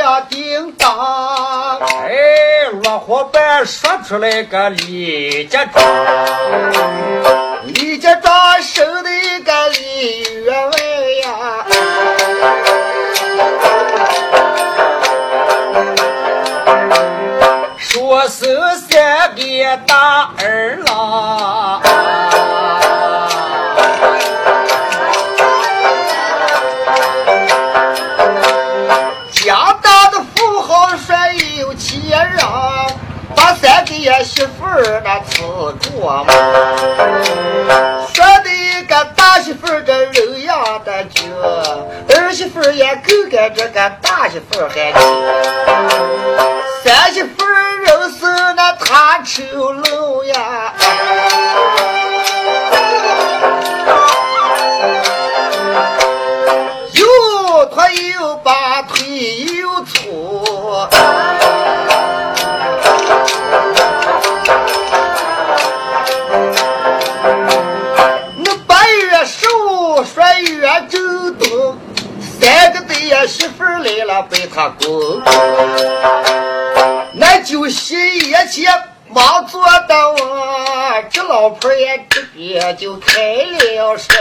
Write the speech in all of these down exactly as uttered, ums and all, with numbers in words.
呀叮当。 哎，落伙伴说出来个李家庄， 李家庄生的一个李员外呀， 说是三个大儿郎。 家大的富豪帅有钱人，把三个爷媳妇儿那伺住嘛，说的一个大媳妇儿这肉样的精，儿媳妇儿也够跟这个大媳妇儿还亲，三媳妇儿肉是那贪丑陋呀，又拖又把腿又粗，那八月十五说月正东，三个对呀媳妇儿来了被他拱，那酒席一起忙做的我，这老婆也这边就开了声。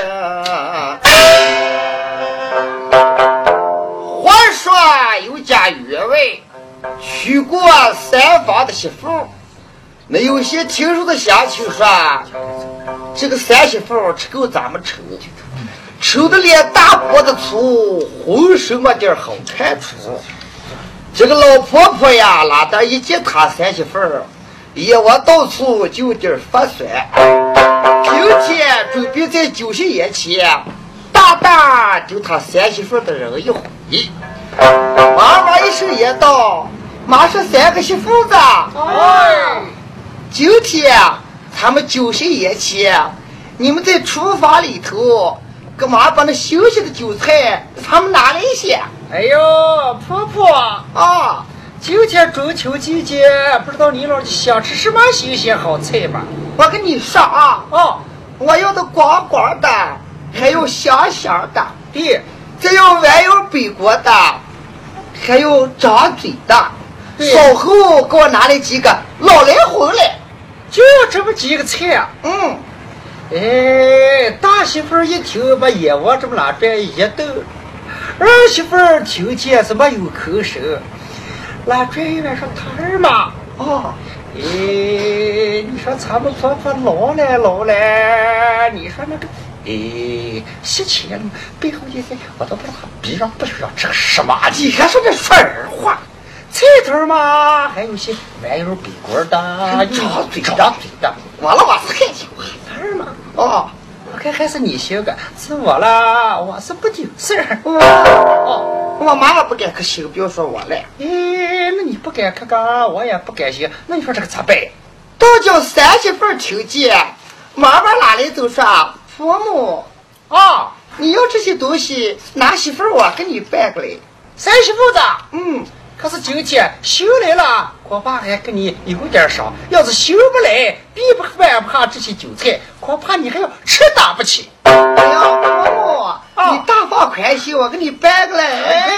话说有家员外娶过三房的媳妇，那有些听说的乡亲说，这个三媳妇吃够咱们丑，丑的脸大脖子粗，浑身没点好看处。这个老婆婆呀，拉达一见她三媳妇儿，眼窝到处就有点发酸。今天准备在酒席宴前，大大丢他三媳妇的人一回。妈妈一声也道：“妈是三个媳妇子。”哎，今天咱们酒席宴前，你们在厨房里头，给妈把那新鲜的酒菜，咱们拿来一些。 哎呦，婆婆啊， 今天中秋节节，不知道你老想吃什么新鲜好菜吧？ 我跟你说啊， 哦， 我要的光光的，还有香香的， 对， 再有完有北国的，还有张嘴的。稍后给我拿来几个老来红来， 就这么几个菜啊。 嗯， 哎，大媳妇儿一听把眼窝这么拉转一瞪，儿媳妇儿听见是没有口声，拉转一边说他儿嘛。 哦， 哎，你说咱们婆婆老了老了，你说那个，哎，喜庆了，背后一些我都不知道逼上不需要这个什么， 你还说这说人话。 菜头嘛，还有些玩意儿北锅的， 张嘴张嘴的， 完了我是害羞他儿嘛。 哦， 我看还是你行个，是我了，我是不顶事儿。 哦，我妈妈不敢可行，别说我了。 哎，那你不敢看看，我也不敢行，那你说这个咋办？ 到叫三媳妇儿听见，妈妈哪来就说婆母啊，你要这些东西，拿媳妇儿我给你办过来。 三媳妇子， 嗯。 可是今天修来了，恐怕还跟你有点少。要是修不来，必不害怕这些酒菜，恐怕你还要吃打不起。 哎呀，婆母，啊、你大放宽心，我给你办过来。哎，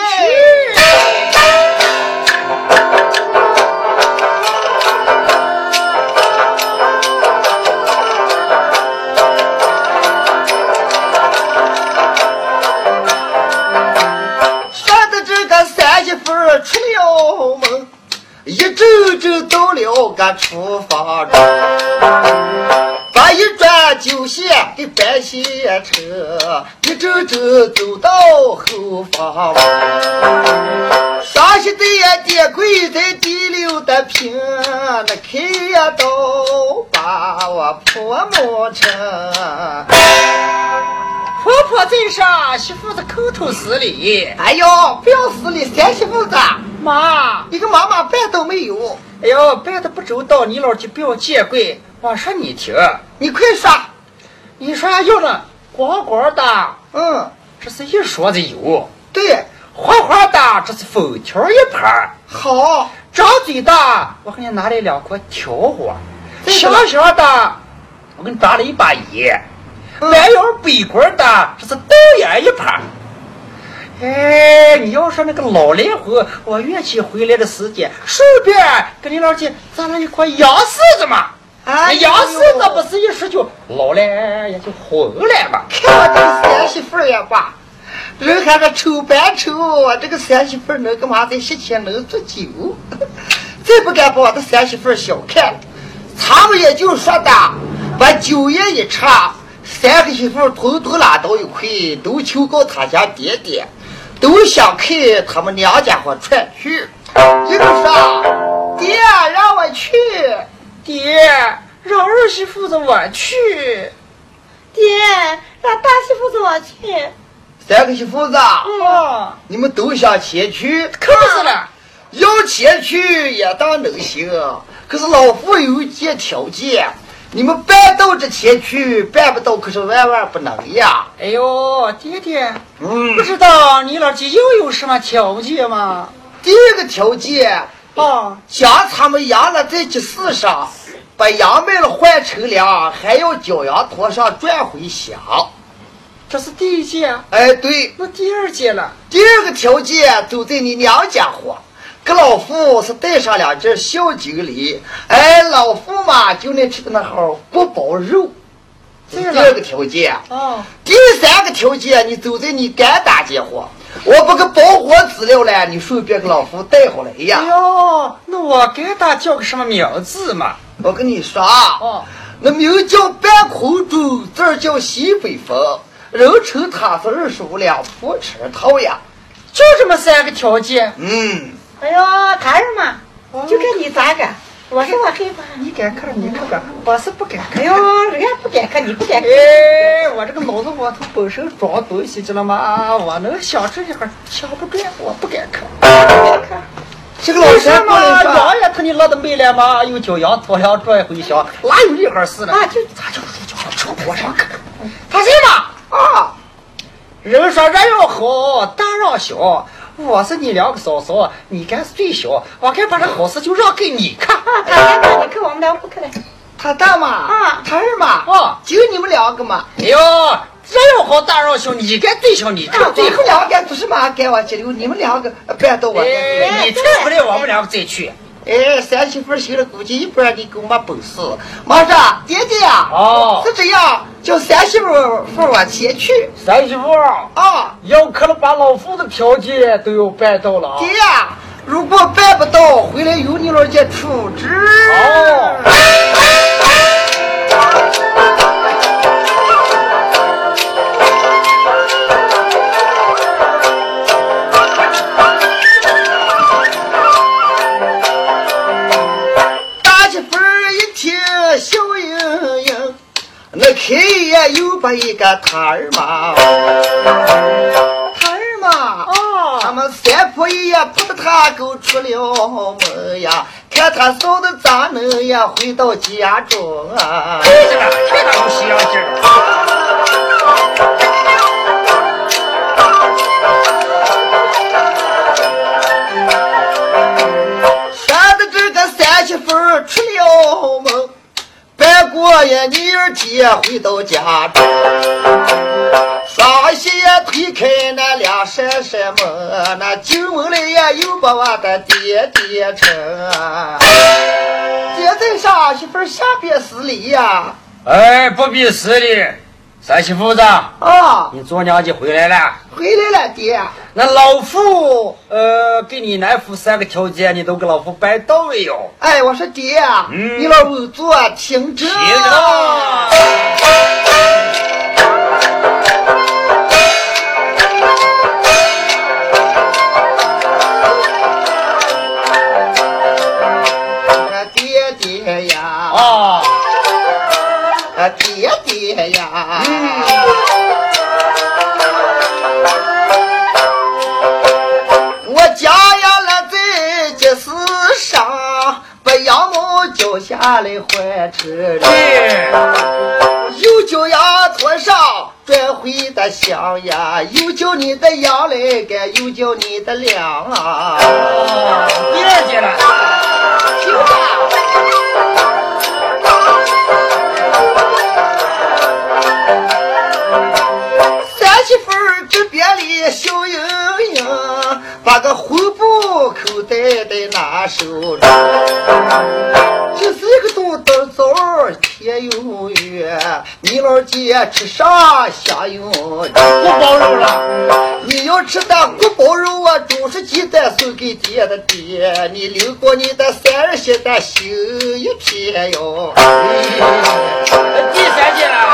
出了门，一走就到了个厨房中，把一转酒席给摆现成，一走就走到后房，上席的也点跪在第六的平，那开呀都把我婆母成。 婆婆在上，媳妇子口头施礼。 哎呦，不要施礼，三媳妇子， 妈， 一个妈妈办都没有。 哎呦，办的不周到，你老就不要见怪。我说你听， 你快说， 你说要那光光的， 嗯， 这是一勺子油。 对， 花花的，这是粉条一盘。 好， 张嘴的，我给你拿来两块条花。香香的，我给你打了一把盐。完有北锅的，这是豆芽一盘。 哎，你要说那个老脸虎，我元气回来的时间，顺便跟你老姐咱俩一块养柿子嘛。啊，养柿子不是一说就老了也就红了嘛。 看我这个三媳妇也罢，人还个丑白丑，这个三媳妇能干嘛在席前能做酒？再不敢把我的三媳妇小看，他们也就说的，把酒宴一唱，三个媳妇统统拉到一块，都求告他家爹爹，都想看他们娘家伙传去。一个说爹让我去， 爹让二媳妇子我去， 爹让大媳妇子我去。 三个媳妇子， 嗯， 你们都想前去， 可不是了。 要前去也当能行，可是老夫有一件条件，你们办到这前去，办不到可是万万不能呀。 哎呦，爹爹， 嗯， 不知道你老姐又有什么条件吗？ 第二个条件啊， 将他们养了在集市上，把羊卖了换成粮，还要叫羊驼上赚回饷。 这是第一件。 哎，对， 那第二件了。 第二个条件都在你娘家伙。给老夫是带上两只小酒梨，哎，老夫嘛就能吃的那好不包肉，这是第二个条件。 哦， 第三个条件，你走在你干大街货，我把个包火资料了，你顺便给老夫带回来呀。 哎呦，那我给他叫个什么名字嘛？ 我跟你说啊， 哦， 那名叫半空中，字儿叫西北风，人称他是二十五两破车套呀。 就这么三个条件。 嗯。 哎呦，看什么？就看你咋干。我说我害怕， 你敢看你看看，我是不敢看。 哎呦，人家不敢看，你不敢看。 哎，我这个脑子窝头本身装东西，知道吗？我能想这一会儿想不转，我不敢看。 不敢看。 这个老山过来说， 羊也他你拉的没了吗？又叫羊脱粮转回乡，哪有这回事呢？ 啊，就咋就说叫车坡上看？他谁嘛？ 啊， 人说人要好，大让小。我是你两个嫂嫂，你敢是最小，我敢把这好事就让给你看。 啊，他看你看我们俩不看了。 他大嘛， 啊， 他二嘛， 啊， 就你们两个嘛。 哎呦，人要好，大让小，你敢最小，你看你们两个不是嘛？该我接流，你们两个办到我。 哎，你去不了，我们两个再去。 哎，三媳妇行了，估计一般你跟我没本事。马上，爹爹呀， 哦， 是这样，叫三媳妇妇往前去。 三媳妇啊， 要可能把老夫的条件都要办到了啊。 爹呀，如果办不到，回来由你老姐处置。 哦。 那开业又把一个他儿嘛，他儿嘛， 哦， 他们三婆爷不得他狗出了门呀，看他嫂子咋能呀回到家中啊？ 对着呢，看他有西洋劲儿。 说的这个三媳妇出了门。白过呀，女儿姐回到家中，双膝推开那两扇扇门，那进门来呀，又把我的爹爹称。爹在上，媳妇下边施礼呀。 哎，不必施礼。三媳妇子啊， 你做娘家回来了？ 回来了，爹。 那老夫呃，给你南府三个条件，你都给老夫办到没有？ 哎，我说爹啊， 嗯、 你老稳坐，听着。 听着。 爹爹呀！ 啊！ 啊，爹爹呀！ 嗯。 我家呀了在集市上，把羊毛交下来换车了，又叫羊驼上转回的香呀，又叫你的羊来干，又叫你的粮啊！ 第二节了， 听吧。三媳妇这边里笑盈把个红布口袋的拿手中，这是一个肚兜走天有月，你老姐吃啥下用锅包肉了。 你要吃的锅包肉啊，中式鸡蛋送给爹的爹，你留过你的三儿媳的心一片哟。 第三件了。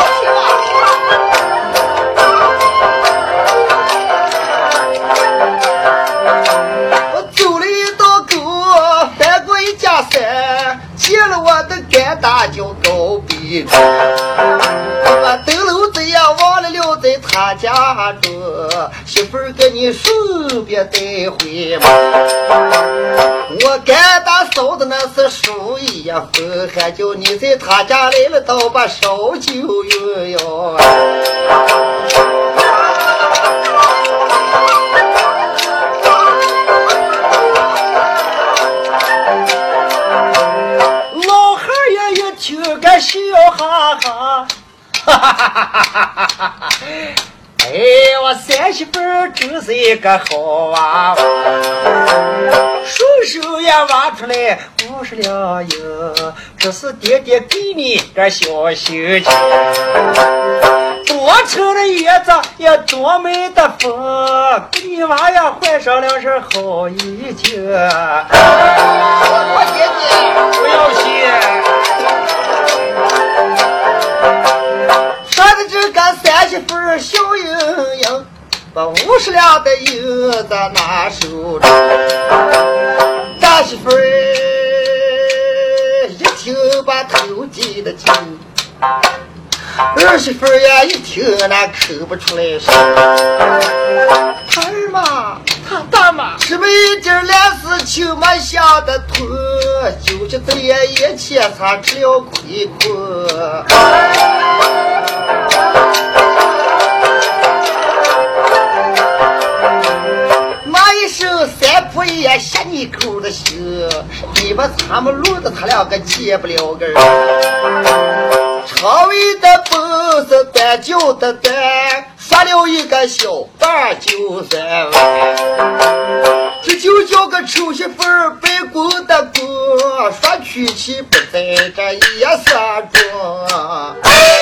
见了我的干大叫高比，我登楼子呀忘了留在他家中，媳妇儿给你顺便带回嘛。我干大嫂子那是属一呀分，还叫你在他家来了倒把烧酒用哟。笑哈哈，哈哈哈哈哈哈！哎，我三媳妇真是一个好娃娃，顺手也挖出来五十两银，这是爹爹给你个小心情。多抽的叶子也多美的风，给你娃呀换上两身好衣襟。我爹爹不要谢。说的这个三媳妇笑盈盈，把五十两的银子拿手中。大媳妇一听把头低得紧，二媳妇呀一听那口不出来声。他儿嘛，他大嘛，什么一点烂事情没想得通，就是这也一切他吃了亏空。那一声三婆爷下你口的心，你把他们弄得他两个结不了根儿。常为的本是单脚的单，耍了一个小半就三万，这就叫个臭媳妇儿背公的公，耍曲奇不在这一山中。